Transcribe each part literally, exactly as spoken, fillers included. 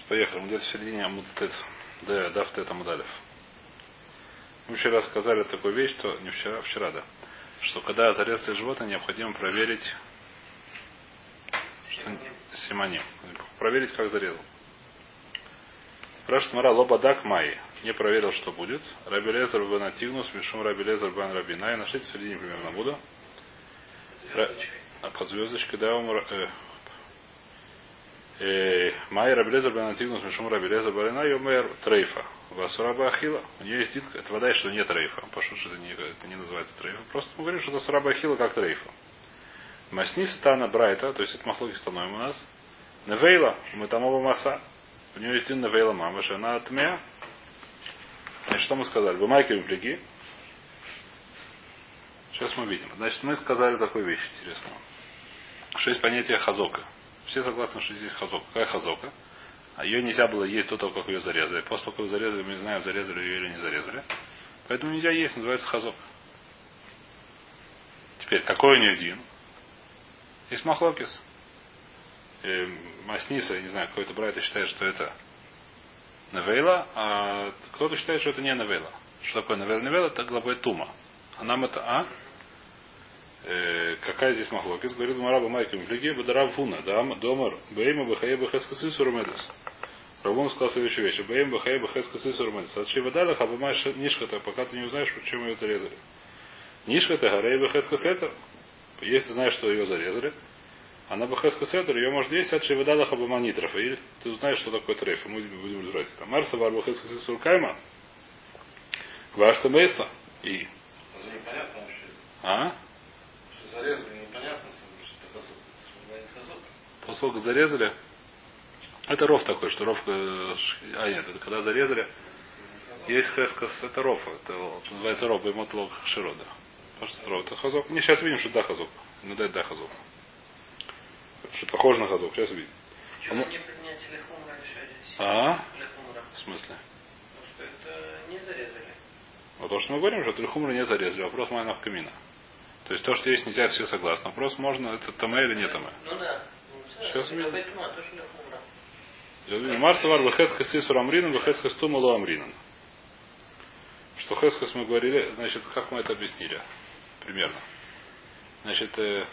Поехали. Мы где-то в середине Амудтет. Да, Дафтет Амудалев. Мы вчера сказали такую вещь, что не вчера, вчера, да. Что когда зарезали животное, необходимо проверить, что симоним. Проверить, как зарезал. Спрашивает Мара Лобадак Майи. Не проверил, что будет. Раби Лезер бен Атигнус, Мишум Раби Лезер бен Рабина. И нашли в середине примерно буду. А под звездочкой, да, умр. Майя Раби Лезер бен Атигнус, Мишум Раби Лезер бен Рабина. Йомер Трейфа. Васураба Ахила. У нее есть дитка. Это вода, что нет трейфа. Пошут, что это не, это не называется трейфа. Просто мы говорим, что это сураба Ахила как трейфа. Масниса Тана Брайта, то есть это махлоки становим у нас. Невейла, мы там оба маса. У нее есть один Невейла мама, что она тмя. Значит, что мы сказали? Вы майки впряги. Сейчас мы видим. Значит, мы сказали такую вещь интересную. Что есть понятие хазока. Все согласны, что здесь хазока. Какая хазока? А ее нельзя было есть до того, как ее зарезали. После того, как ее зарезали, мы не знаем, зарезали ее или не зарезали. Поэтому нельзя есть, называется хазок. Теперь, какой у нее дин? Есть махлокис. Э, Масниса, я не знаю, какой-то брайт считает, что это навейла, а кто-то считает, что это не навейла. Что такое навейла? Навейла это главой тума. А нам это а? Э, какая здесь махлокис? Говорит Мараба Майкам Флиги, Бадарав Фуна, Домар, Бейма Бахая Бахаска Сисурмедес. Равун сказал следующую вещь. Бейма Бахая Бахаска Сисурмедес. От Шивадалах, а бумаешь Нишката, пока ты не узнаешь, почему ее зарезали. Нишката, Гарей Бахаска Сетер. Если ты знаешь, что ее зарезали, а на Бахаска Сетер ее можно есть от Шивадалах Абаманитров. И ты узнаешь, что такое трейф. Мы будем разбирать. Там Марса Вар Бахаска Сисуркайма. Вашта Мейса. И. А? Зарезали, непонятно, что это хазок. Поскольку зарезали, это ров такой, что ров, а нет, это когда зарезали, есть хескас, это ров, это, это называется ров, беймотлог широда. Просто ров, это хазок. Не, сейчас видим, что да хазок, иногда это да хазок. Что похоже на хазок, сейчас видим. Почему а не поднять лехумра еще здесь? А? Лехумра. В смысле? Потому что это не зарезали. Вот то, что мы говорим, что лехумра не зарезали, вопрос майнах камина. То есть то, что есть, нельзя, все согласны. Вопрос, можно, это таме или не таме. Ну да. Сейчас это поэтому, тоже лехумра. Марсовар выхескас сисур амринан, выхескас тумалу амринан. Что хескас мы говорили, значит, как мы это объяснили? Примерно. Значит, э,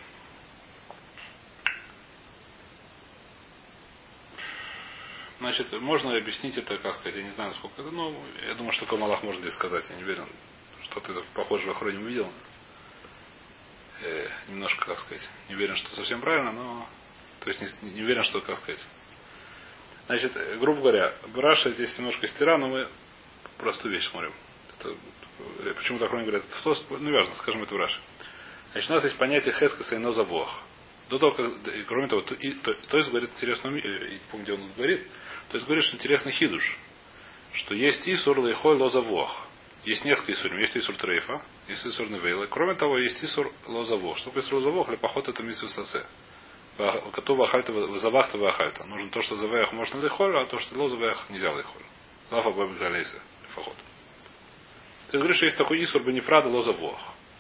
значит, можно объяснить это, как сказать, я не знаю, сколько это, но я думаю, что такой Малах может здесь сказать, я не уверен, что ты похоже в охране увидел. Э, немножко, как сказать, не уверен, что совсем правильно, но то есть не, не уверен, что, как сказать. Значит, грубо говоря, Раша здесь немножко стира, но мы простую вещь смотрим. Это, почему-то охране говорят, это в то, ну, важно, скажем это в Раше. Значит, у нас есть понятие хескаса и нозавох. До того, как, кроме того, то, и, то, то есть говорит интересную, и помню, где он говорит, то есть говорит, что интересный хидуш, что есть исур лейхой лозавох. Есть несколько исурим. Есть исур трейфа, есть исур невейла. Кроме того, есть исур лозавох. Что такое исур лозавох? Или поход это мису сасе. Коту вахальта вазавахта вахальта. Нужно то, что завеях можно лейхоль, а то, что лозавеях нельзя лейхоль. Лафа бэб галейса. Фахот. Ты говоришь, что есть такой исур бенефрада лозавох.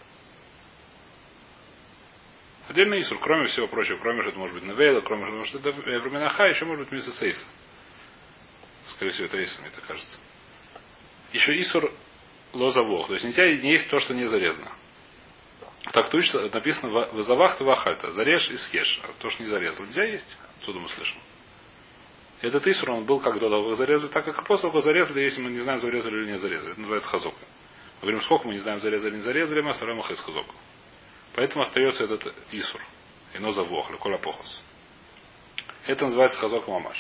Отдельный исур, кроме всего прочего, кроме что это может быть невейла, кроме того, что это временаха, еще может быть мису сейса. Скорее всего, это эйса, мне это кажется. Еще исур лозавох. То есть нельзя не есть то, что не зарезано. Так точно написано вазавахта вахальта. Зарежь и съешь. А то, что не зарезал, нельзя есть. Отсюда мы слышим. Этот исур, он был как до того, как зарезали, так как и после того, как зарезали, если мы не знаем, зарезали или не зарезали. Это называется хазока. Мы говорим, сколько мы не знаем, зарезали или не зарезали, мы оставляем их из хазоку. Поэтому остается этот исур. Ино завох, лекола похос. Это называется хазок мамаш.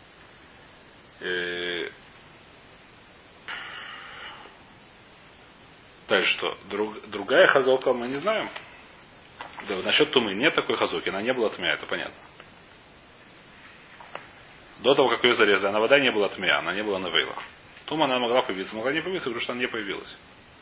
Дальше что? Друг, другая хазока мы не знаем. Да, насчет тумы нет такой хазоки, она не была тмя, это понятно. До того, как ее зарезали, она вода не была тмя, она не была навейла. Тума она могла появиться, могла не появиться, потому что она не появилась.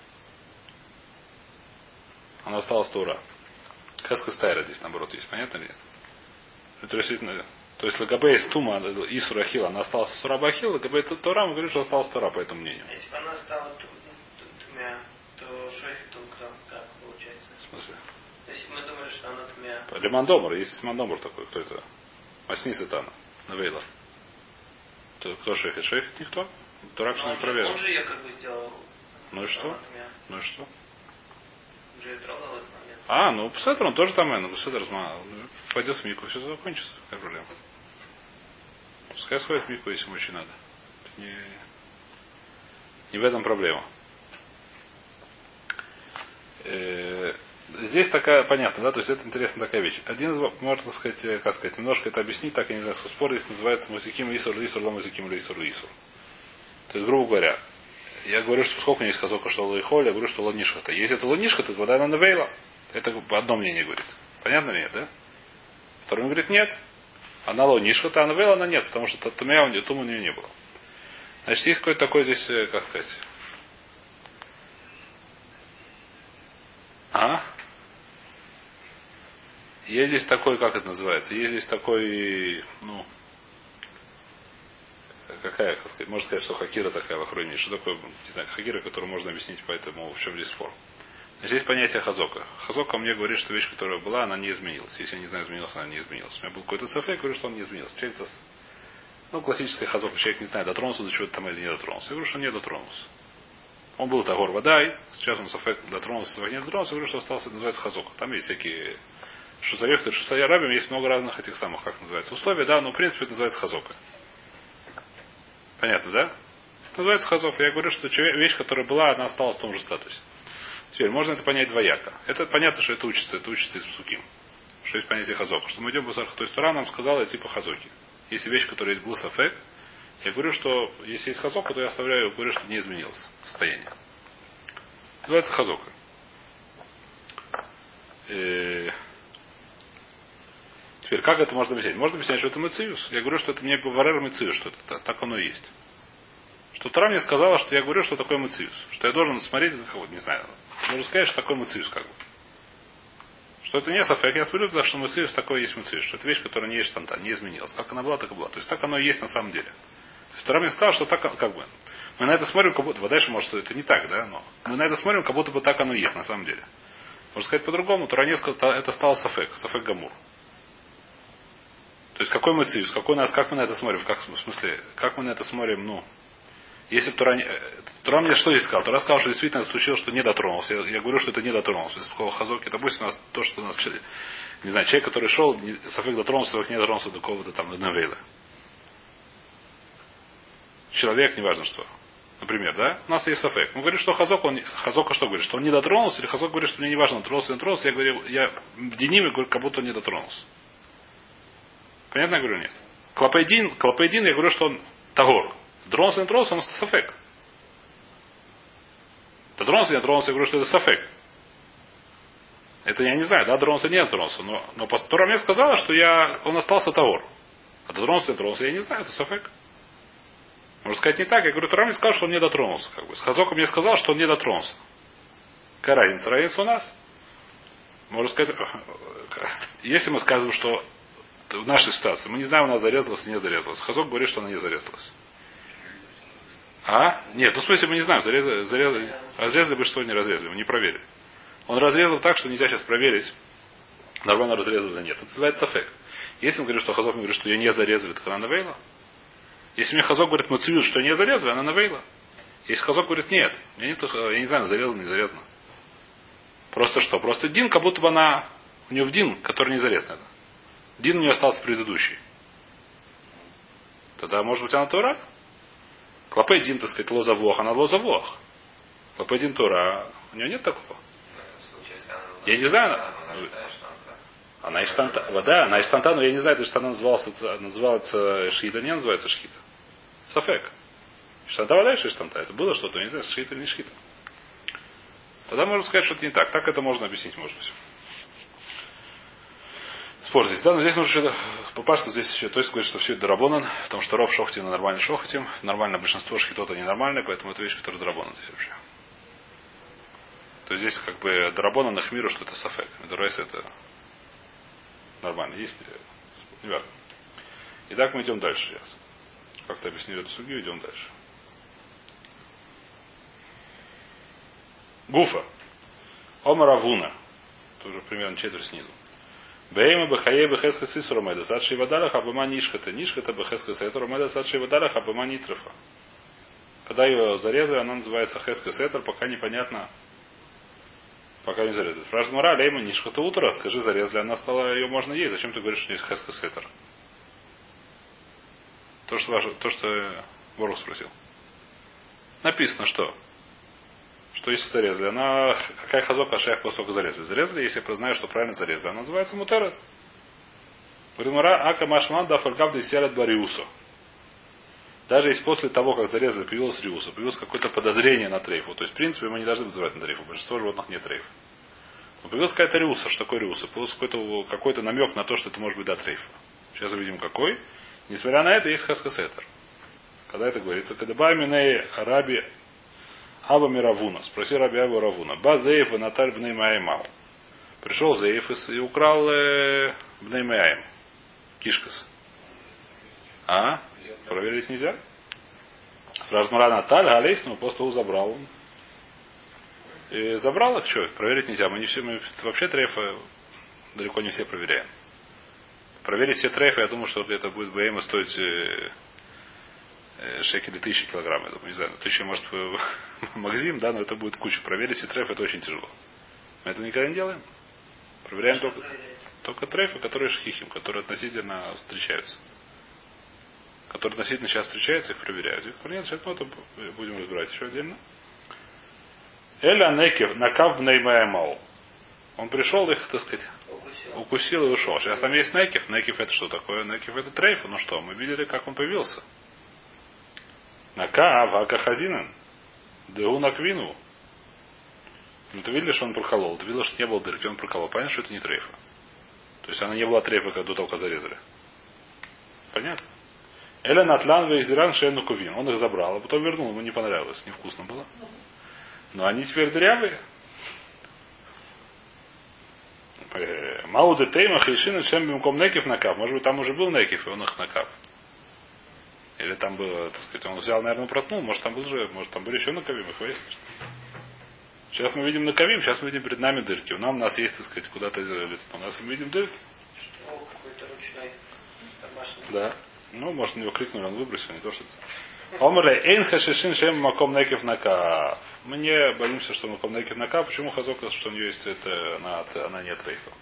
Она осталась тура. Хаска стайра здесь, наоборот, есть, понятно ли? Это действительно. То есть лагабей тума исура ахила, она осталась сураба ахила, лагабей тура, мы говорим, что осталась тура, по этому мнению. Если бы она стала тмя, то шойхитум как получается? В смысле? Если мы думали, что она тмя. Лемандомор, есть Лемандомор такой, кто это? Масниса Тана, Навейла. То, кто шейхет? Шейхет никто. Дурак, что Но не он, же, проверил. он же ее как бы сделал. Ну и что? от меня. Ну и что? Он же ее трогал в этот момент. А, ну Псетер, он тоже там, ну Псетер пойдет в Мику, все закончится. Какая проблема? Пускай сходит в Мику, если ему очень надо. Это не, не в этом проблема. Э, Здесь такая, понятно, да, то есть это интересная такая вещь. Один из, можно сказать, как сказать, немножко это объяснить, так я не знаю, спор здесь называется Мусиким Исур, Исур, Мусиким Исур, Исур. То есть, грубо говоря, я говорю, что сколько у меня есть хазока, что лоихоль, я говорю, что лонишха-то. Если это лонишха, то вода она навейла. Это одно мнение говорит. Понятно ли нет, да? Второй говорит, нет. Она лонишха-то, а навейла она нет, потому что тумя у нее, тум у нее не было. Значит, есть какой-то такой здесь, как сказать. А? Есть здесь такой, как это называется? Есть здесь такой, ну, какая, как сказать, можно сказать, что хакира такая в охране. Что такое, не знаю, хакира, которую можно объяснить, поэтому в чем здесь спор. Значит, есть понятие хазока. Хазока мне говорит, что вещь, которая была, она не изменилась. Если я не знаю, изменилась, она не изменилась. У меня был какой-то сафе, я говорю, что он не изменился. Человек, ну, классическая хазока, человек не знает, дотронулся до чего-то там или не дотронулся. Я говорю, что не дотронулся. Он был тагор водай, сейчас он сафе дотронулся, не дотронулся, я говорю, что остался, это называется хазока. Там есть всякие шузарехты, шузарябим, есть много разных этих самых, как называется, условий, да, но в принципе это называется хазока. Понятно, да? Это называется хазока. Я говорю, что вещь, которая была, она осталась в том же статусе. Теперь можно это понять двояко. Это понятно, что это учится, это учится из псуким. Что есть понятие хазока. Что мы идем в Бусарх, то есть Тура нам сказала типа хазоки. Если вещь, которая есть был сафек, я говорю, что если есть хазока, то я оставляю, говорю, что не изменилось состояние. Называется хазока. И... Теперь, как это можно объяснять? Можно объяснять, что это мыциус. Я говорю, что это мне баварер мыциус, что это так оно и есть. Что Тора мне сказала, что я говорю, что такое мыциус. Что я должен смотреть, не знаю, можно сказать, что такое мыциус как бы. Что это не сафек. Я смотрю туда, что мыциус такое есть мыциус. Что это вещь, которая не есть штанта, не изменилась. Как она была, так и была. То есть так оно и есть на самом деле. То есть Тора мне сказала, что так, как бы. Мы на это смотрим, как будто. Дальше, может, это не так, да? Но мы на это смотрим, как будто бы так оно и есть на самом деле. Можно сказать по-другому. Тора не сказала, это стало сафек. Сафек гамур. То есть какой мыциус, какой нас, как мы на это смотрим, как, в смысле, как мы на это смотрим, ну, если Тура, Тура мне что здесь сказал? Тура сказал, что действительно это случилось, что не дотронулся. Я, я говорю, что это не дотронулся. Если сказал хазоки, допустим, у нас то, что у нас, не знаю, человек, который шел, сафек дотронулся, не дотронулся до кого-то там, до навейла. Человек, неважно что. Например, да? У нас есть сафек. Мы говорим, что хазок, он, хазока что говорит? Что он не дотронулся, или хазок говорит, что мне не важно, дотронулся, не дотронулся. Я говорю, я в Диниме говорю, как будто он не дотронулся. Понятно, я говорю, нет. Клапейдин, Клапейдин, я говорю, что он тагор. Дронс и тронс, он сафек. Да дронс и не тронс, я говорю, что это сафек. Это я не знаю, да, дронс и не тронс. Но, но Тура мне сказала, что я, он остался тагор. А дронс и тронс, я не знаю, это сафек. Можно сказать не так. Я говорю, Тура мне сказал, что он не дотронулся. Как бы. С Хазоком мне сказал, что он не дотронулся. Какая разница? Разница у нас. Можно сказать, если мы скажем, что в нашей ситуации, мы не знаем, она зарезалась или не зарезалась. Хазок говорит, что она не зарезалась. А? Нет, ну в смысле мы не знаем, зарезали, зарезали, разрезали бы, что не разрезали, мы не проверили. Он разрезал так, что нельзя сейчас проверить, нормально разрезали или нет. Это называется сафек. Если он говорит, что Хазок говорит, что ее не зарезали, так она навейла. Если мне Хазок говорит, мацуют, что не зарезали, она навейла. Если Хазок говорит, нет, я не, я не знаю, зарезана, не зарезана. Просто что? Просто Дин, как будто бы она, у нее в Дин, который не зарезан. Дин у нее остался предыдущий. Тогда, может быть, она Тора? Клапей Дин, так сказать, лозавох, она лозавох. Клапей Дин Тора, у нее нет такого. Я не знаю. Она из штанта. Да, она из штанта, но я не знаю, что она называлась, называется шхита, не называется шхита. Сафек. Штанта вода из штанта. Это было что-то, я не знаю, шхита или не шхита. Тогда можно сказать, что это не так. Так это можно объяснить, может быть. Спор здесь, да, но здесь нужно еще попасть, что здесь еще, то есть говорит, что все это дарабонан, потому что ров шохтим на нормальный шохтим, нормально большинство шхитота ненормальное, поэтому это вещь, которая дарабонан здесь вообще. То есть здесь как бы дарабонан их миру, что это сафек. Дурайс это нормально. Есть, не важно. Итак, мы идем дальше сейчас. Как-то объяснили эту судью, идем дальше. Гуфа. Омар Авуна. Тоже примерно четверть снизу. Бейма бахае бахеска сисуру меда садши вадалах абама нишката. Нишката бахеска сетуру меда садши вадалах абама нитрофа. Когда ее зарезали, она называется хеска сетер, пока непонятно, пока не зарезали. Спрашивает Мара, лейма нишката утро, скажи, зарезали, она стала, ее можно есть. Зачем ты говоришь, что есть хеска сетер? То, что, ваш, то, что Борух спросил. Написано, что? Что если зарезали, она, какая хазока шеях после того, зарезали? Зарезали, если я знаю, что правильно зарезали. Она называется мутерет. Говорит Мара, ака машман да фалькав десерет бариусу. Даже если после того, как зарезали, появилась риуса, появилось какое-то подозрение на трейфу. То есть, в принципе, мы не должны называть на трейфу. Большинство животных нет трейфа. Но появилась какая-то риуса. Что такое риуса? Появился какой-то, какой-то намек на то, что это может быть до трейфа. Сейчас увидим какой. Несмотря на это, есть хаскасетер. Когда это говорится, когда баминей раби Аба Миравуна, спроси раби Аба Равуна, ба Зеев и Наталь бней Мааймал. Пришел Зеев и украл э, бней Маим. Кишкас. А? Проверить нельзя? Спрашивает Наталь, Алейс, но после того забрал он. И забрал их, что? Проверить нельзя. Мы не все, мы вообще трейфы далеко не все проверяем. Проверить все трейфы, я думаю, что это будет БМ стоить э, э, шекели тысячи килограмм. Я думаю, не знаю, тысяча может Макзим, да, но это будет куча. Проверить все трейфы, это очень тяжело. Мы это никогда не делаем. Проверяем только, только трейфы, которые шхихим, которые относительно встречаются. Которые относительно сейчас встречаются, их проверяют. Их нет, сейчас мы это будем разбирать еще отдельно. Эля Некев, Накав Неймаямау. Он пришел их, так сказать, укусил. укусил и ушел. Сейчас там есть Некев. Некев это что такое? Некев это трейф. Ну что, мы видели, как он появился. Накав, Акахазинан. Дегу Наквину. Ну ты видели, что он проколол. Ты видел, что не было дырки, он проколол. Понятно, что это не трейфа. То есть она не была трейфа, когда только зарезали. Понятно? Эля Натлан Вейзиран Шейну Кувим. Он их забрал, а потом вернул. Ему не понравилось. Невкусно было. Но они теперь дырявые. Мауды Тейма Хейшина Шем Бимком Некев Накав. Может быть, там уже был Некев, и он их Накав. Или там было, так сказать, он взял, наверное, протнул. Может, там был же, может, там были еще Накавим, их выяснили. Сейчас мы видим Накавим, сейчас мы видим перед нами дырки. У нас, у нас есть, так сказать, куда-то у нас мы видим дырки. Что, какой-то ручной домашний. Да. Ну, может, на него крикнули, он выбросил, не то, что это. Омрле, эйн хашишин шем маком некев накав. Мы не боимся, что маком некев накав. Почему Хазока, что у нее есть это, она, она не трейфа.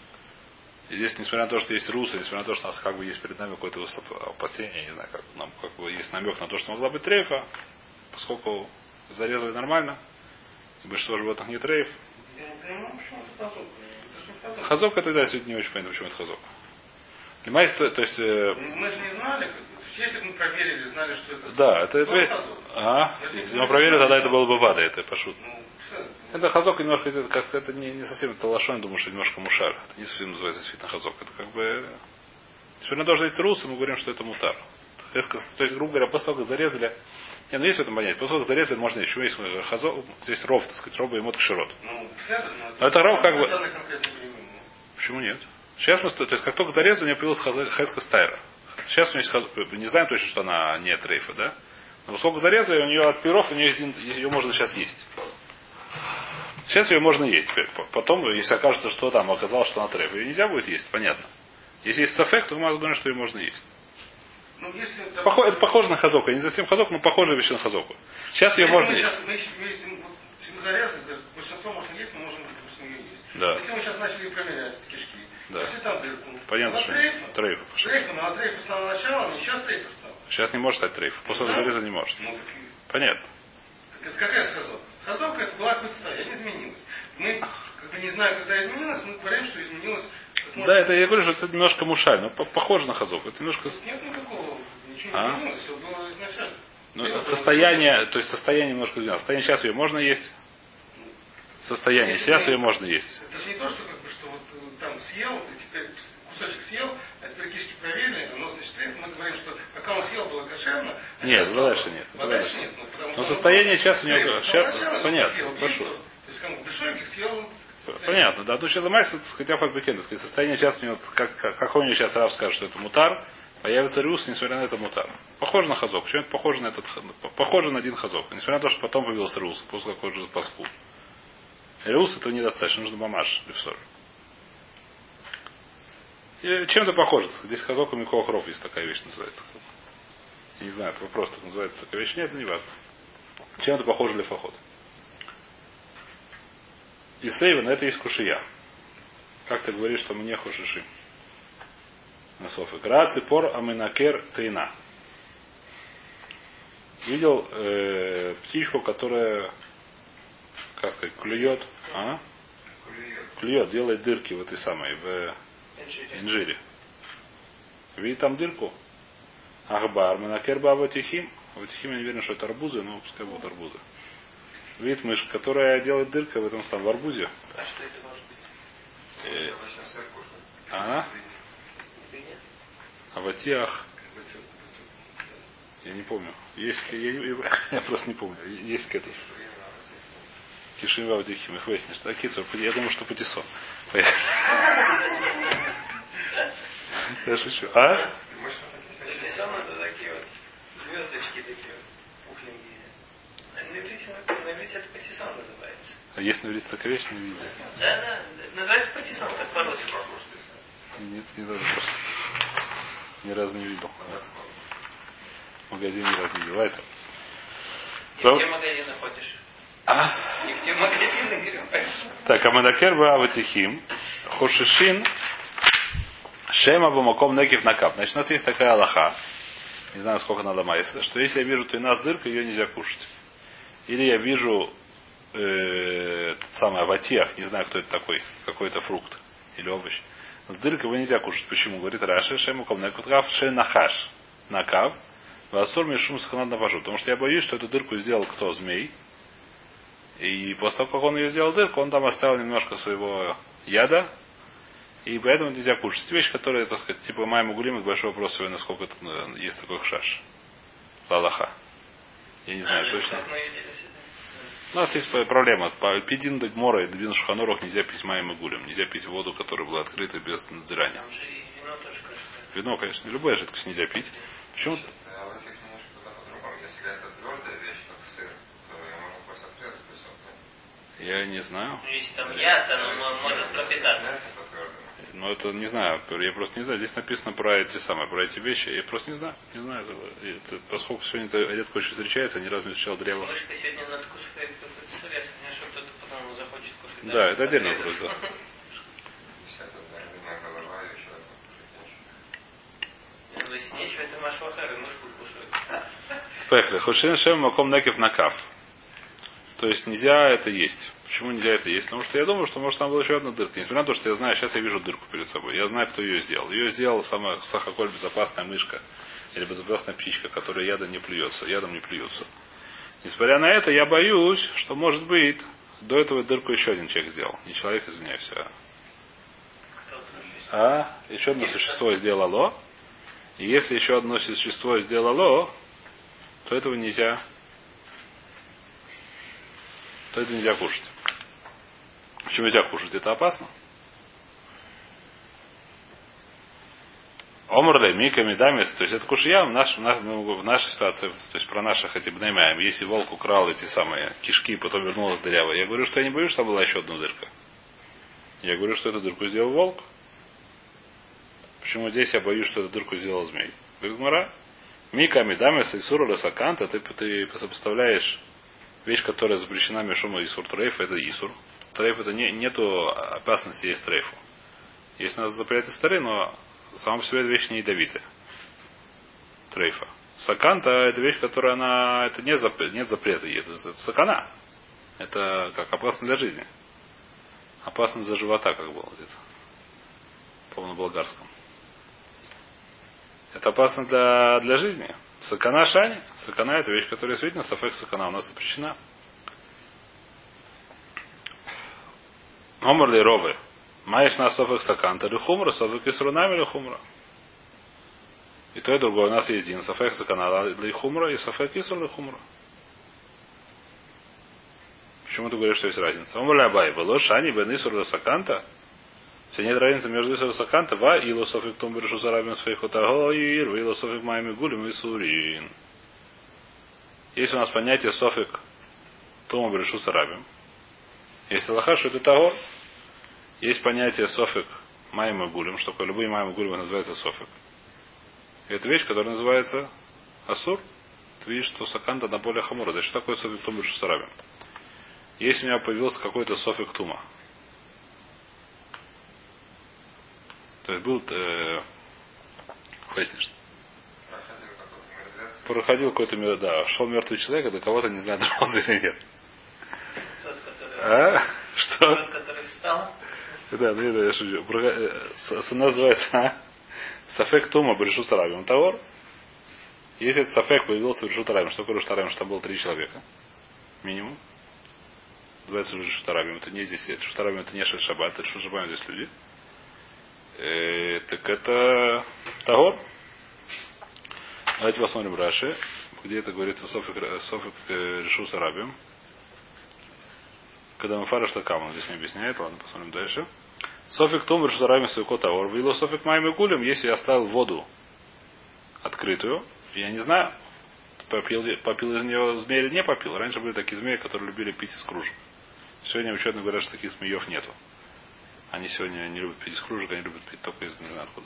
И здесь, несмотря на то, что есть русы, несмотря на то, что у нас как бы есть перед нами какое-то опасение, я не знаю, как нам как бы есть намек на то, что могла быть трейфа, поскольку зарезали нормально, и большинство животных не трейф. Я не понимаю, почему это Хазока. Это же не Хазока. Хазока тогда сегодня не очень понятно, почему это Хазока. Понимаете, то, то есть... Э... Мы же не знали, как... Если бы мы проверили, знали, что это... Да, это... это... А, если мы проверили, тогда это было бы вада, это пошут. Ну, это Хазок немножко, это, как, это не, не совсем это лошон, думаю, что немножко мушар. Это не совсем называется действительно Хазок. Это как бы... Теперь на то, что есть русы, мы говорим, что это мутар. То есть, грубо говоря, после того, как зарезали... Не, ну есть в этом понятие. После того, как зарезали, можно еще есть Хазок. Здесь ров, так сказать, ров и мот кширот. Ну, но это ров как бы... Почему нет? Сейчас мы, то есть как только зарезали, у нее появилась Хеска Стайра. Сейчас у нее есть Хазока. Не знаем точно, что она не трейфа, да? Но сколько зарезали, у нее от пиров, у нее есть, ее можно сейчас есть. Сейчас ее можно есть теперь. Потом, если окажется, что там оказалось, что она трейфа, ее нельзя будет есть, понятно. Если есть сафек, то мы говорим, что ее можно есть. Ну, если это... Похоже, это похоже на Хазоку. Я не совсем Хазоку, но похоже вещи на Хазоку. Сейчас ее если можно мы есть. Сейчас, мы, мы, если мы зарезали, большинство можно есть, мы можем, допустим, ее есть. Да. Если мы сейчас начали проверять кишки, да. Если там дырку. Понятно, что трейфа. Трейфа, трейфа, но трейфа стала началом, и сейчас трейфа стала. Сейчас не может стать трейфа. После да? зареза не может. Ну, так... Понятно. Так это какая же Хазока? Хазока это была какое-то состояние, изменилась. Мы как бы не знаем, когда изменилось, мы говорим, что изменилось. Да, это я говорю, что это немножко мушаль, но похоже на Хазоку. Это немножко. Нет никакого, ничего а? не изменилось, все было изначально. Ну, состояние, то есть состояние немножко изменилось. Состояние сейчас ее можно есть. Состояние Если сейчас мы, ее можно есть. Это же не то, что как бы что вот там съел, и теперь кусочек съел, а теперь кишки проверили, оно значит трейф, мы говорим, что пока он съел, было кошерно. А нет, ну, дальше нет. А дальше нет. Ну, потому но что состояние сейчас у него. Сейчас, начала, понятно. Съел, прошу. То есть кому бешойник съел. Понятно, да. Ну, сейчас Майса, так сказать, Афальбекен, так сказать, состояние сейчас у него, как, как, как он сейчас Рав скажет, что это мутар, появится рюс, несмотря на это мутар. Похоже на Хазок. Почему это похоже на этот похоже на один Хазок. Несмотря на то, что потом появился рюс, после какой же паску. Рюс этого недостаточно, нужно мамаш, левсор. И чем-то похоже. Здесь хазока микох ров есть такая вещь называется. Я не знаю, это вопрос, так называется такая вещь. Нет, это не важно. Чем-то похоже лефахот. И сейвен это есть кушия. Как ты говоришь, что мне хушиши? На софик. Раци пор аминакер тейна. Видел э, птичку, которая, как сказать, клюет, а? Клюет. Клюет, делает дырки в этой самой, в инжире. инжире. Видит там дырку? Ахбар, минакер баватихим. Ватихим я не уверен, что это арбузы, но пускай будут арбузы. Видит мышь, которая делает дырка в этом самом в арбузе. А что это может быть? Э, а? Аватиах. Я не помню. Есть, я, я, я просто не помню. Есть какая-то. Кишива Аватихим. Их выяснишь. Такие, я думаю, что Патисо. Я шучу. А? Патиссон это такие вот звездочки такие вот пухленькие. На иврите это патиссон называется. А есть на иврите такая вещь, не видел? Да, да. Называется патиссон, как по-русски. Нет, не разу просто. Ни разу не видел. В магазине ни разу не видел. Это. И в те магазины ходишь? А? И в те магазины говорю. Так, Амадакер Бааватихим Хошишин Шема Бумаком Некив Накав. Значит, у нас есть такая алаха. Не знаю, сколько надо майса, что если я вижу туйна с дыркой, ее нельзя кушать. Или я вижу э, самый аватиах, не знаю, кто это такой, какой-то фрукт или овощ. С дыркой его нельзя кушать. Почему? Говорит Раши, Шемуком Некуткав Шенахаш Накав. Васур Мишум Саханад Напашу. Потому что я боюсь, что эту дырку сделал кто? Змей. И после того, как он ее сделал дырку, он там оставил немножко своего яда. И поэтому нельзя кушать. Это вещь, которая, так сказать, типа Майма Гулим, большой вопрос, насколько это, есть такой хшаш. Лалаха. Я не знаю а, точно. У нас есть проблема. По Пидин Дегмора и Двин Шуханорах нельзя пить Майма Гулим. Нельзя пить воду, которая была открыта без надзирания. Вино тоже, конечно. Вино, конечно. Любая жидкость нельзя пить. Почему? А в этих немножко куда по-другому. Если это твердая вещь, как сыр, то я могу просто отрезать кусок. Я не знаю. Ну, если там яд, оно может пропитаться. Ну, это не знаю, я просто не знаю. Здесь написано про эти самые, про эти вещи. Я просто не знаю. Не знаю. Это, это, поскольку сегодня это редко очень встречается, ни разу не встречал древо. Мышка сегодня надо кушать какой-то сырец, что кто-то потом захочет кушать. Да, да, это отдельный вопрос, да. Ну, если нечего, это Машу Ахар, и мышку кушают. Поехали. Хошин Шем Маком Некев Накав. То есть нельзя это есть. Почему нельзя это есть? Потому что я думаю, что может там была еще одна дырка. Несмотря на то, что я знаю, сейчас я вижу дырку перед собой. Я знаю, кто ее сделал. Ее сделала самая сахаколь безопасная мышка. Или безопасная птичка, которая ядом не плюется. Ядом не плюется. Несмотря на это, я боюсь, что может быть до этого дырку еще один человек сделал. Не человек, извиняюсь, а. А еще одно существо сделало. И если еще одно существо сделало, то этого нельзя. То это нельзя кушать. Почему нельзя кушать? Это опасно. Омрле, Мика, Медамис, то есть это кушья в, наш, в нашей ситуации, то есть про наших эти бнеймаем. Если волк украл эти самые кишки, потом вернул их дырявые. Я говорю, что я не боюсь, что была еще одна дырка. Я говорю, что эту дырку сделал волк. Почему здесь я боюсь, что эту дырку сделал змей? Говорит Гмара, Мика, Медамис, Исура, Ласаканта, ты, ты сопоставляешь вещь, которая запрещена Мишума Исур Трейф, это Исур. Трейф это не, нету опасности есть трейфу. Есть у нас запреты старые, но сама по себе эта вещь не ядовитая. Трейфа. Саканта это вещь, которая она. Это не запрет, нет запрета. Это, это сакана. Это как опасно для жизни. Опасно за живота, как было где-то. По-моему, на болгарском. Это опасно для, для жизни. Сакана шани. Сакана это вещь, которая действительно сафек сакана у нас запрещена. Омар ли ровы. Маешь на софек саканта или хумра, софек и срунами или хумра. И то и другое. У нас есть один софек сакана или хумра и софек и или хумра. Почему ты говоришь, что есть разница? Омар ли абай. Было шани бен исур или саканта. Все нет разницы между исур и саканта. Ва ило софек том берешу зарабин своих утагоир. Ва ило софек майми гулем и сурин. Есть у нас понятие софек том берешу зарабин. Есть алаха, что это того. Есть понятие софик Майм и Гулем, что такое любые Майм и Гулем называется софик. И это вещь, которая называется асур. Ты видишь, что саканда на более хамура. Значит, что такое софик тума и шусарабим? Если у меня появился какой-то софик тума, то есть был э, пояснишь, проходил какой-то мир, да, шел мертвый человек, а до кого-то не знаю, дошел или нет. Тот, который, А? Что? тот, который встал. Да, ну это я шучу. Она называется а? Сафек Тума Брешут Арабим Тавор. Если этот Сафек появился в Брешут Арабим, что такое Брешут Арабим, что там было три человека. Минимум. Называется Брешут Арабим. Это не здесь. Брешут Арабим это не Шель Шаббат, это Шель Шаббат здесь люди. Э, так это Тавор. Давайте посмотрим Раши, где это говорится Софик, Софик Решус Арабим. Когда мы фара штакам, он здесь не объясняет, ладно, посмотрим дальше. Софик Том Решус Арабим Суйко Тавор. Вило Софик Майм и Гулем, если я оставил воду открытую, я не знаю, попил, попил из нее змея или не попил. Раньше были такие змеи, которые любили пить из кружек. Сегодня ученые говорят, что таких змеев нету. Они сегодня не любят пить из кружек, они любят пить только из не знаю откуда.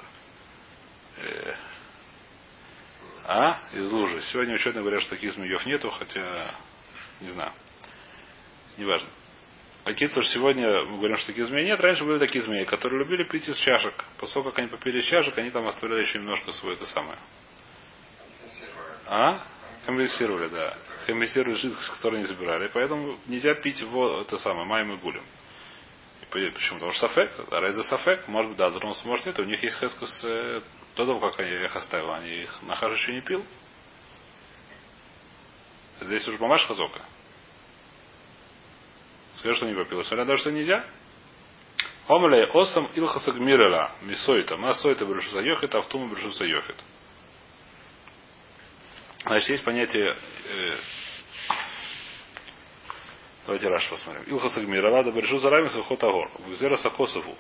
А? Из лужи. Сегодня ученые говорят, что таких змеев нету, хотя не знаю. Неважно. А Кицур, сегодня мы говорим, что таких змей нет. Раньше были такие змеи, которые любили пить из чашек. После того, как они попили из чашек, они там оставляли еще немножко свое это самое. А? Компенсировали, да. Компенсировали жидкость, которую они забирали. Поэтому нельзя пить его это самое, майм и гулем. Почему? Потому что сафек, а райза сафек, может быть, да, затронул может нет. У них есть хескус э, до того, как я их оставил, они их нахаж еще не пил. Здесь уже мамаш хазока. Скажи, что не попил. Смотря на то, что нельзя. Омлей осам илхасак мирела мисойта. Масойта брешуса йохит, автума брешуса йохит. Значит, есть понятие... Э, давайте Раш посмотрим. Илхасак мирела да брешуса рамис вхот агор. Вгзера сакосову.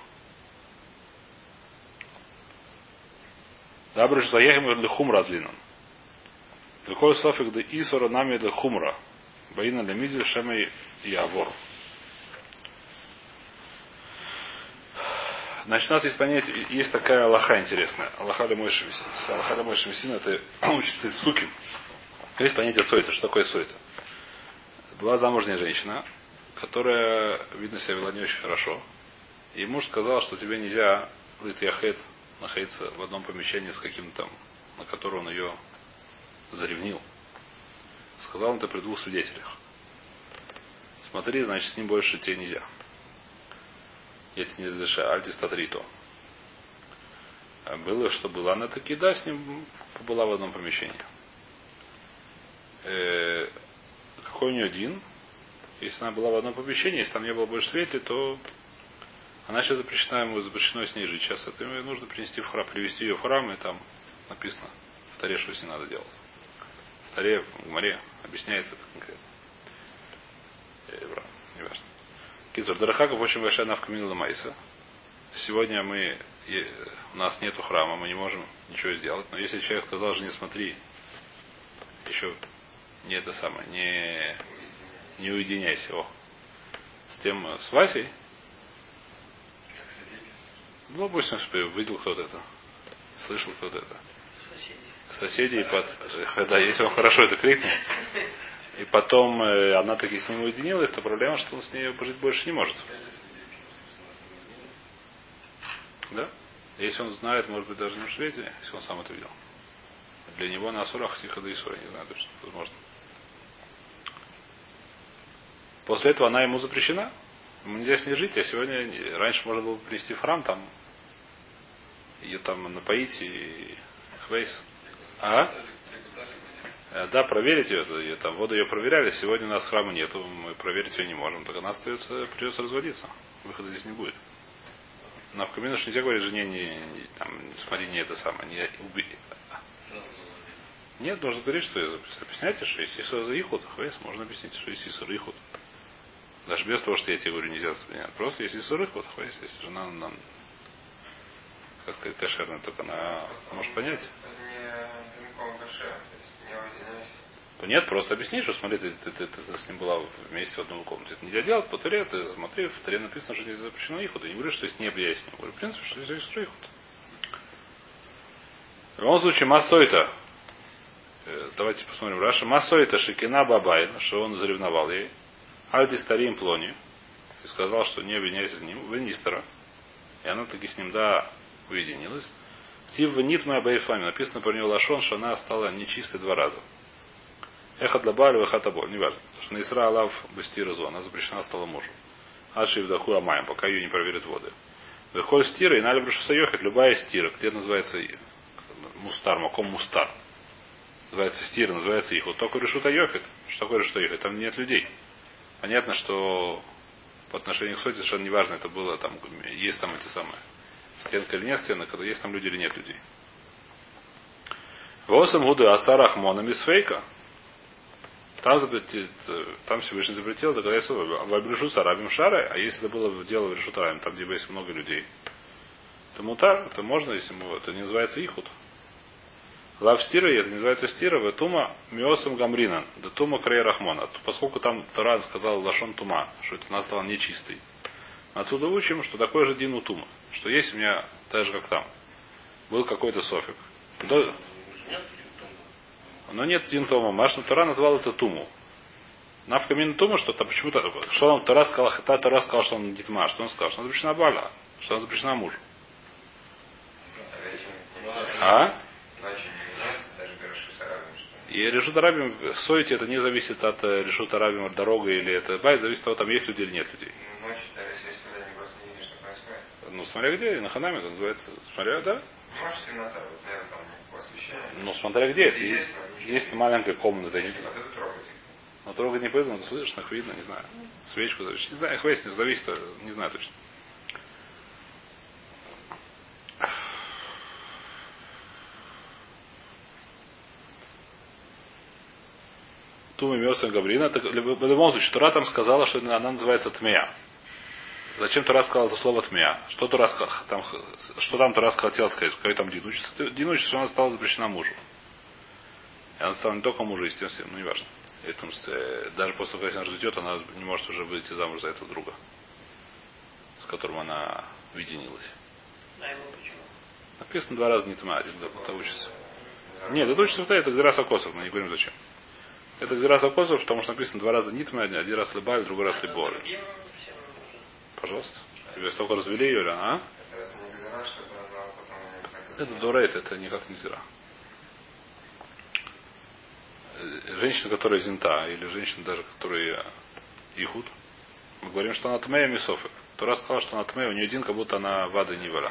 Да брешуса йохим для хумра разлинан. Какой софик да исора нами для хумра. Баина для мизель шемей явор. Значит, у нас есть понятие, есть такая Аллаха интересная. Аллаха для Мойши Мессина. Аллаха для Мойши Мессина это учится из суки. Есть понятие сойта. Что такое сойта? Была замужняя женщина, которая, видно, себя вела не очень хорошо. И муж сказал, что тебе нельзя лит-яхет находиться в одном помещении с каким-то там, на которого он ее заревнил. Сказал он это при двух свидетелях. Смотри, значит, с ним больше тебе нельзя. Я тебе не разрешаю. Альтистатрито. Было, что была она таки, да, с ним была в одном помещении. Э, какой у нее дин? Если она была в одном помещении, если там не было больше свидетелей, то она сейчас запрещена, ему запрещено с ней жить. Сейчас это ему нужно принести в храм, привести ее в храм, и там написано в Таре, что с ней надо делать. В Таре, в Море объясняется это конкретно. Э, не важно. Кизур Дарахаков очень большая навка минула майса. Сегодня мы, у нас нету храма, мы не можем ничего сделать. Но если человек сказал жене, смотри, еще не это самое, не, не уединяйся. О, с тем, с Васей. Ну, допустим, видел кто-то это, слышал кто-то это. Соседи. Соседи, под, да, если он хорошо это крикнул. И потом э, она таки с ним уединилась, то проблема, что он с ней жить больше не может. Да? Если он знает, может быть, даже не в Швеции, если он сам это видел. Для него на Асурах тихо да Исура, не знаю точно, возможно. После этого она ему запрещена. Ему нельзя с ней жить, а сегодня, раньше можно было бы принести в храм, там, ее там напоить и хвейс. А? Да, проверить ее, ее там воду ее проверяли, сегодня у нас храма нету, мы проверить ее не можем, так она остается, придется разводиться. Выхода здесь не будет. На в камину нельзя говорить жене, не, не, там, смотри, не это самое, не убей. Нет, нужно говорить, что я объясняйте, что есть Исур за Ихуд, хвейс, можно объяснить, что есть Исур Ихуд. Даже без того, что я тебе говорю, нельзя запрещать. Просто есть Исур Ихуд, хвейс, если жена нам, как сказать, кошерная, только она может понять. То нет, просто объясни, что смотри, ты, ты, ты, ты, ты с ним была вместе в одной комнате. Это нельзя делать по Торе, ты смотри, в Торе написано, что не запрещено ихуд. Ты не говоришь, что есть не я с ним. Говорю, в принципе, что здесь есть ихуд. В любом случае, массойта. Давайте посмотрим. Раша массойта шикина бабай, что он заревновал ей. Альти старим плони. И сказал, что не обвиняйся с ним. Венистера. И она таки с ним, да, уединилась. Тив венит моя бейфами. Написано про нее лашон, что она стала нечистой два раза. Эхат лабалю, эхат аболь. Не важно. Потому что на Исра Алав бестиразу. Она запрещена стала мужу. Аши вдаху амаем, пока ее не проверят воды. Выхоль стира и наль брешуса йохет. Любая стира. Где называется мустар, маком мустар. Называется стира, называется их. Вот только решута йохет. Что такое решута йохет? Там нет людей. Понятно, что по отношению к соте совершенно неважно, это было там, есть там эти самые стенка или нет стенок, когда есть там люди или нет людей. Восемь гуды асарах монами с фейка. Там, запретит, там Всевышний запретил доказательство в Абришу Сарабим Шары, а если это было дело в Решу Тарабим, там, где есть много людей, то мутар, это можно, если мы, это не называется ихуд. Лав стира, это не называется стира, в тума миосом гамринан, да тума крей рахмона. Поскольку там Тора сказал лашон тума, что это она стала нечистой. Отсюда учим, что такое же дин у тума, что есть у меня, так же как там, был какой-то софик. До... Но нет дин тума. Машна Тора назвал это туму. Навкамин тума, что там почему-то, что он Тора сказал, та Тора сказал, что он дитма, что он сказал, что она запрещена Баля, что она запрещена мужу. А? И решут арабим в Сойте это не зависит от решут арабим от дороги или это бай, зависит от того, там есть люди или нет людей. Ну, смотря где, на Ханаме это называется, смотря, да? Ну, смотря где, это есть, есть маленькая комната. Но трогать не пойду, но слышно, их видно, не знаю. Свечку, не знаю, их выяснить, зависит, не знаю точно. Тума Мёсен Гаврина. В любом случае, Тура там сказала, что она называется Тмея. Зачем Тура сказала это слово Тмея? Что Тура там, что там Тура хотела сказать? Какой там Дин учится? Дин учится, что она стала запрещена мужу. И она стала не только мужу, естественно, ну не важно. Это, даже после того, как она разведет, она не может уже выйти замуж за этого друга, с которым она уединилась. А его почему? Написано два раза не Тма, один это учится. Нет, это учится в Тай, это Гзирас Акосов, мы не говорим зачем. Это Гзирас Акосов, потому что написано два раза Нитма, один раз Лебаль, другой раз Лебор. Пожалуйста. Тебе столько развели ее, а? Это Дорейт, это никак не зира. Женщина, которая зинта, или женщина даже, которая ихуд, мы говорим, что она Тмея Мисофик. Тура сказала, что она Тмея, у нее один, как будто она Вада Нивара.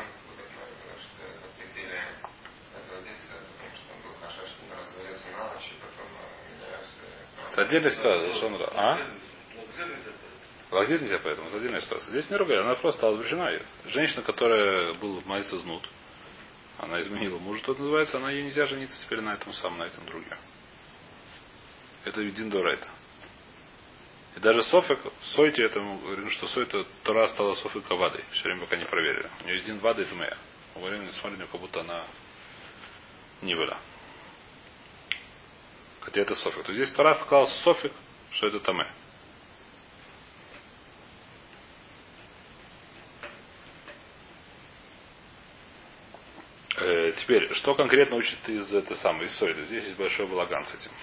Это отдельная ситуация. Что он... А? Лагдир нельзя поэтому. Это отдельная ситуация. Здесь не ругай. Она просто стала запрещена. Женщина, которая была молиться знут, она изменила мужа, тот называется, она ей нельзя жениться теперь на этом самом, на этом друге. Это Видин Дорайта. И даже Софик, Сойте, это мы говорим, что Сойта Тора стала Софика Вадой. Все время пока не проверили. У нее есть Дин Вада, это моя. Мы говорим, смотрим, как будто она не была. Хотя это Софик. То здесь Тора сказал Софик, что это Таме. Э, теперь, что конкретно учит из этой самой, из Сойды? Здесь есть большой балаган с этим.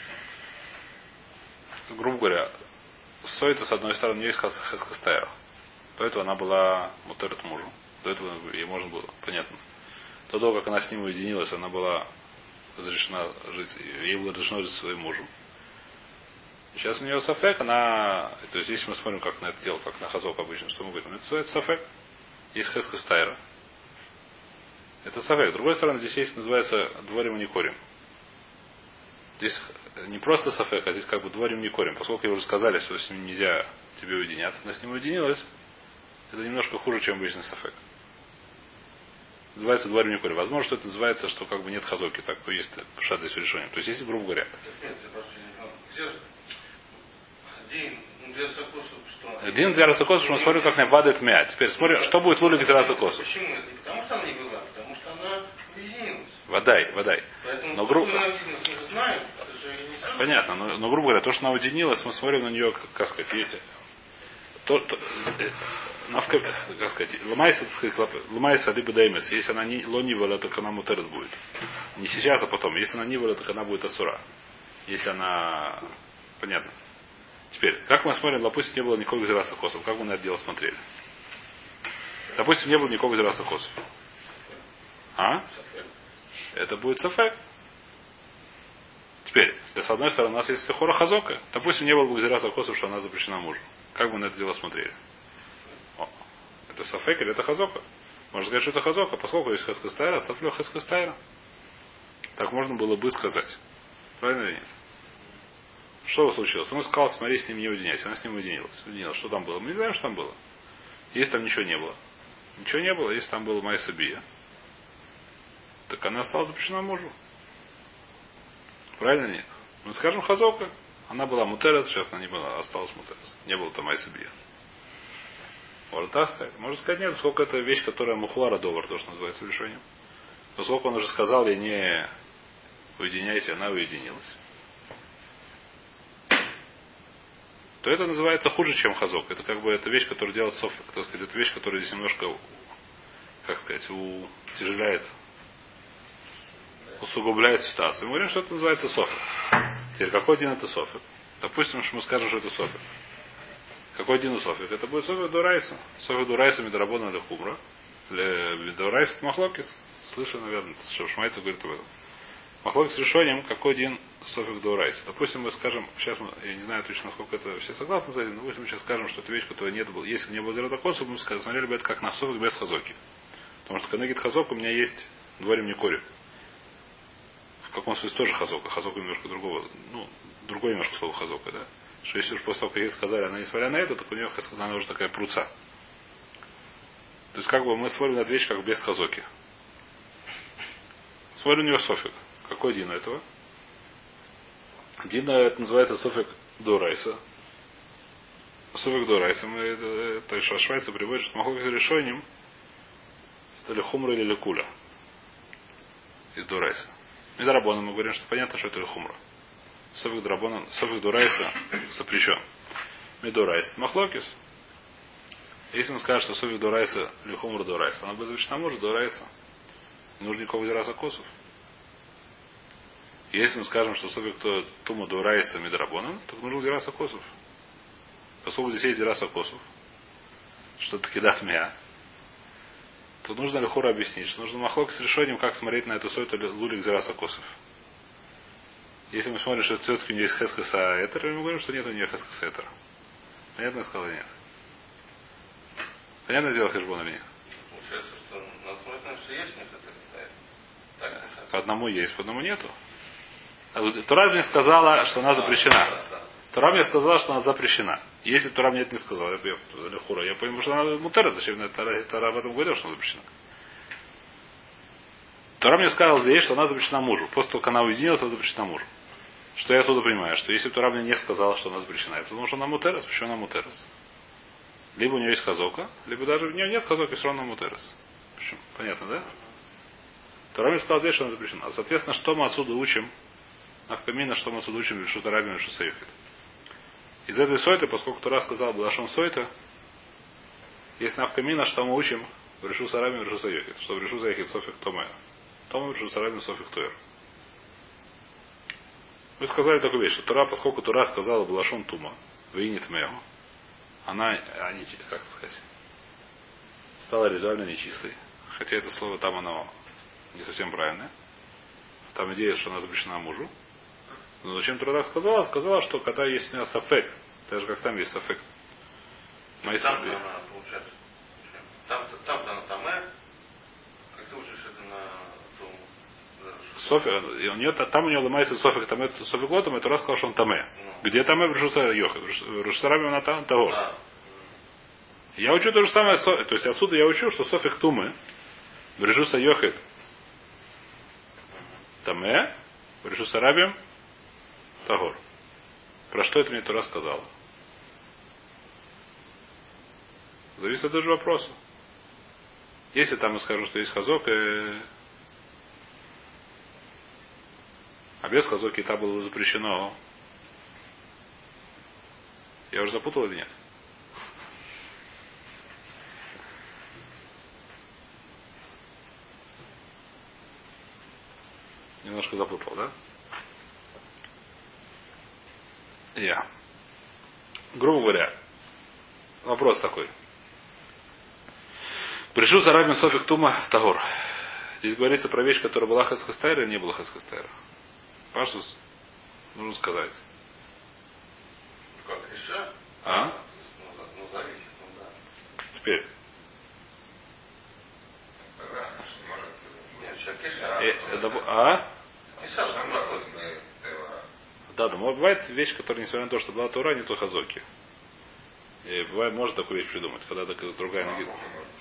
Грубо говоря, Сойда, с одной стороны, есть Хескастайра. До этого она была мутерет мужу. До этого ей можно было, понятно. До того, как она с ним уединилась, она была разрешена жить, ей было разрешено жить со своим мужем. Сейчас у нее сафек, она, то есть если мы смотрим, как на это дело, как на хазок обычно, что мы говорим, это называется сафек. Есть Хескастайра. Это сафек. С другой стороны, здесь есть, называется дворим и никорим. Здесь не просто сафек, а здесь как бы дворим не корим. Поскольку ей уже сказали, что с ним нельзя тебе уединяться, она с ним уединилась, это немножко хуже, чем обычный сафек. Называется дворим не корим. Возможно, что это называется, что как бы нет хазоки, так есть шадой с решением. То есть, если, грубо говоря. Дин для Расакосов, что мы смотрим, как на падает мя. Теперь смотрим, что будет лулик для Расакосов. Почему? Не потому что она не была, потому что она уединилась. Водай, водай. Поэтому но грубо. Мы знаем, это же не Понятно, но, но грубо говоря, то, что она уединилась, мы смотрим на нее, как, как сказать, и, то, то, э, навка, как сказать, ломайся, ломайся либо даймес. Если она не лонивала, то она мутерет будет. Не сейчас, а потом. Если она нивала, то она будет асура. Если она... Понятно. Теперь, как мы смотрим, допустим, не было никакого зираса косов. Как мы на это дело смотрели? Допустим, не было никакого зираса косов. А? Это будет сафек. Теперь, с одной стороны, у нас есть хора хазока. Допустим, не было бы зираса косов, что она запрещена мужу. Как мы на это дело смотрели? О, это сафек или это хазока? Можно сказать, что это хазока. Поскольку есть хаскастайра, оставлю хаскастайра. Так можно было бы сказать. Правильно или нет? Что случилось? Он сказал, смотри, с ним не уединяйся. Она с ним уединилась. Уединилась. Что там было? Мы не знаем, что там было. Если там ничего не было. Ничего не было. Если там было Майса Бия, так она стала запрещена мужу. Правильно или нет? Мы скажем хазока. Она была мутерес, сейчас она не была, осталась мутерес. Не было там Майса Бия. Можно так сказать. Можно сказать нет, поскольку это вещь, которая мухуара довар, то, что называется решением. Поскольку он уже сказал ей не уединяйся, она уединилась. То это называется хуже, чем хазок. Это как бы это вещь, которую делает софик. Так сказать, это вещь, которая здесь немножко, как сказать, утяжеляет, усугубляет ситуацию. Мы говорим, что это называется софик. Теперь, какой один это софик? Допустим, что мы скажем, что это софик. Какой один софик? Это будет софик дурайса. Софик дурайса медрабона или хумра. Медурайса махлокис. Слышу, наверное, что Шмайца говорит об этом. Махлокис с решением, какой один софик дурайса. Допустим, мы скажем, сейчас мы, я не знаю точно, насколько это все согласны с этим, но допустим, мы сейчас скажем, что это вещь, которая нет была. Если бы не было зератокоса, мы смотрели бы это как на софик без хазоки. Потому что канегит хазок у меня есть дворим не корю. В каком смысле тоже хазока. Хазока немножко другого. Ну, другое немножко слово хазока, да. Что если уж после того, как ей сказали, она несмотря на это, так у нее она уже такая пруца. То есть как бы мы смотрим на эту вещь как без хазоки. Смотрим на нее софик. Какой дин этого? Дин это называется софик дорайса. Софик дорайса. Мы это, то есть Швайца приводит, что махлокис решением это ли хумра или лекуля. Из дорайса. Медрабона мы говорим, что понятно, что это ли хумра. Софик драбона, софик дурайса запрещен. Медурайс. Махлокис. Если он скажет, что софик дурайса или хумра дурайса, она будет запрещена мужу дурайса. Не нужно никакого зираса косов. Если мы скажем, что софик тума дурайса медрабона, то нужно зираса косов. Поскольку здесь есть зираса косов, что таки дат мя, то нужно лихура объяснить, что нужно махлокис с решением, как смотреть на эту сойту лулик зираса косов. Если мы смотрим, что все-таки у нее есть хескаса этер, мы говорим, что нет у нее хескаса этера. Понятно, я сказал, нет. Понятно сделал хешбон или нет? Получается, что надо смотреть на что есть у них хескаса этер. По одному есть, по одному нету. Тура мне сказала, что она запрещена. Тура мне сказала, что она запрещена. Если Тура мне это не сказала, я, я, хура, я пойму, что она мутера, зачем Тура об этом говорила, что она запрещена. Тура мне сказала здесь, что она запрещена мужу. После того, как она уединилась, она запрещена мужу. Что я отсюда понимаю, что если Тура мне не сказала, что она запрещена, это потому что она мутерес, почему она мутерес? Либо у нее есть хазока, либо даже у нее нет хазоки, все равно мутерес. Почему? Понятно, да? Тура мне сказала здесь, что она запрещена. Соответственно, что мы отсюда учим? Навкамина, что мы отсюда учим, Решута Рабин, Решута Йохид. Из этой сойты, поскольку Тура сказал Балашон сойта, есть навкамина, что мы учим в Решута Рабин, Решута Йохид. Что в Решута Йохид Софик Томе. Томе в Решута Рабин, Софик Тойр. Вы сказали такую вещь, что Тура, поскольку Тура сказала Балашон Тума, Вейнит Мео, она, они, как сказать, стала ритуально нечистой. Хотя это слово там оно не совсем правильное. Там идея, что она запрещена мужу. Но зачем Тура так сказала? Сказала, что когда есть у меня сафек, так же как там есть сафек. Там она получается. Там-то там она таме. Как ты учишь это на том? Софик, у нее, там у нее ломается софик, там это софик лотом, и Тура сказал, что он таме. Ну. Где таме в Решута Йохид? В Решута Рабин она там того. Да. Я учу то же самое, то есть отсюда я учу, что софик тумы в Решута Йохид таме, в Решута Рабин Тагор. Про что это мне Тура сказала? Зависит от этого вопроса. Если там мы скажем, что есть хазок, э... А без хазоки та было запрещено. Я уже запутал или нет? Немножко запутал, да? Я. Грубо говоря, вопрос такой. Пришел за рабин Софик Тума Тагор. Здесь говорится про вещь, которая была Хасхастайра или не была Хасхастайра. Паштус нужно сказать. Как, Иша? А? Ну, ну, зависит, ну да. Теперь. Нет, сейчас Иша. Э, это, а? Иша, смысл. Да, да, бывает вещь, которая, несмотря на то, что была Тора, не то Хазоки. И бывает, может такую вещь придумать, когда такая другая нагида.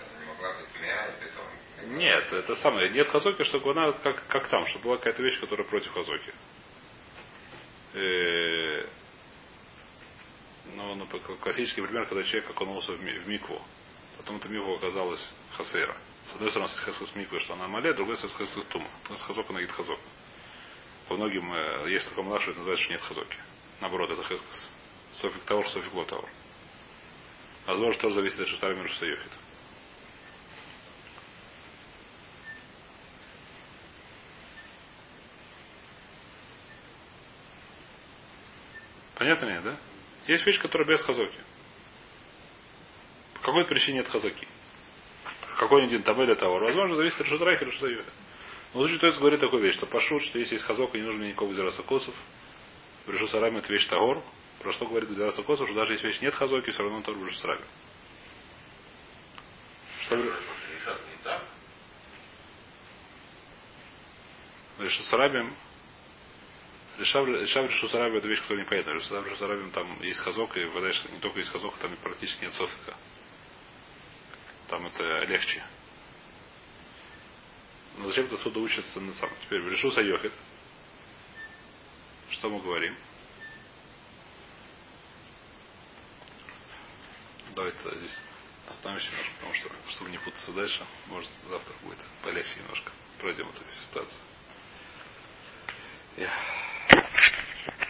Нет, это самое. Нет Хазоки, чтобы она как, как там, чтобы была какая-то вещь, которая против Хазоки. Э, ну, ну, классический пример, когда человек окунулся в, ми, в микву. Потом эта миква оказалась хасейра. С одной стороны, с хасес миквы, что она мале, с другой стороны, с хасес тума. С хазока нагид хазок. По многим э, есть такой малаш, что это называется, что нет хазоки. Наоборот, это хескас. Софик таур, софик ло таур. Возможно, тоже зависит от шестара мира шестайохит. Понятно нет, да? Есть вещь, которая без хазоки. По какой причине нет хазоки? Какой один там или того. Возможно, зависит от шутрайха или шутайохит. Но лучше то есть говорит такую вещь, что пошут, что если есть хазока, не нужно никакого израса косов. В Решу Сараме это вещь Тагор. Про что говорит израса косов, что даже если вещь нет хазоки, все равно тоже в Решу Сараме. Что в не так? Решу Сараме Решав Решу Сараме это вещь, которая непонятна. Решав Решу Сараме там есть хазок, и вода, не только есть хазок, там и практически нет софика. Там это легче. Но зачем-то отсюда учатся на самом. Теперь в Решу Сайохит. Что мы говорим? Давайте здесь остановимся немножко, потому что, чтобы не путаться дальше, может завтра будет полегче немножко. Пройдем эту ситуацию. Yeah.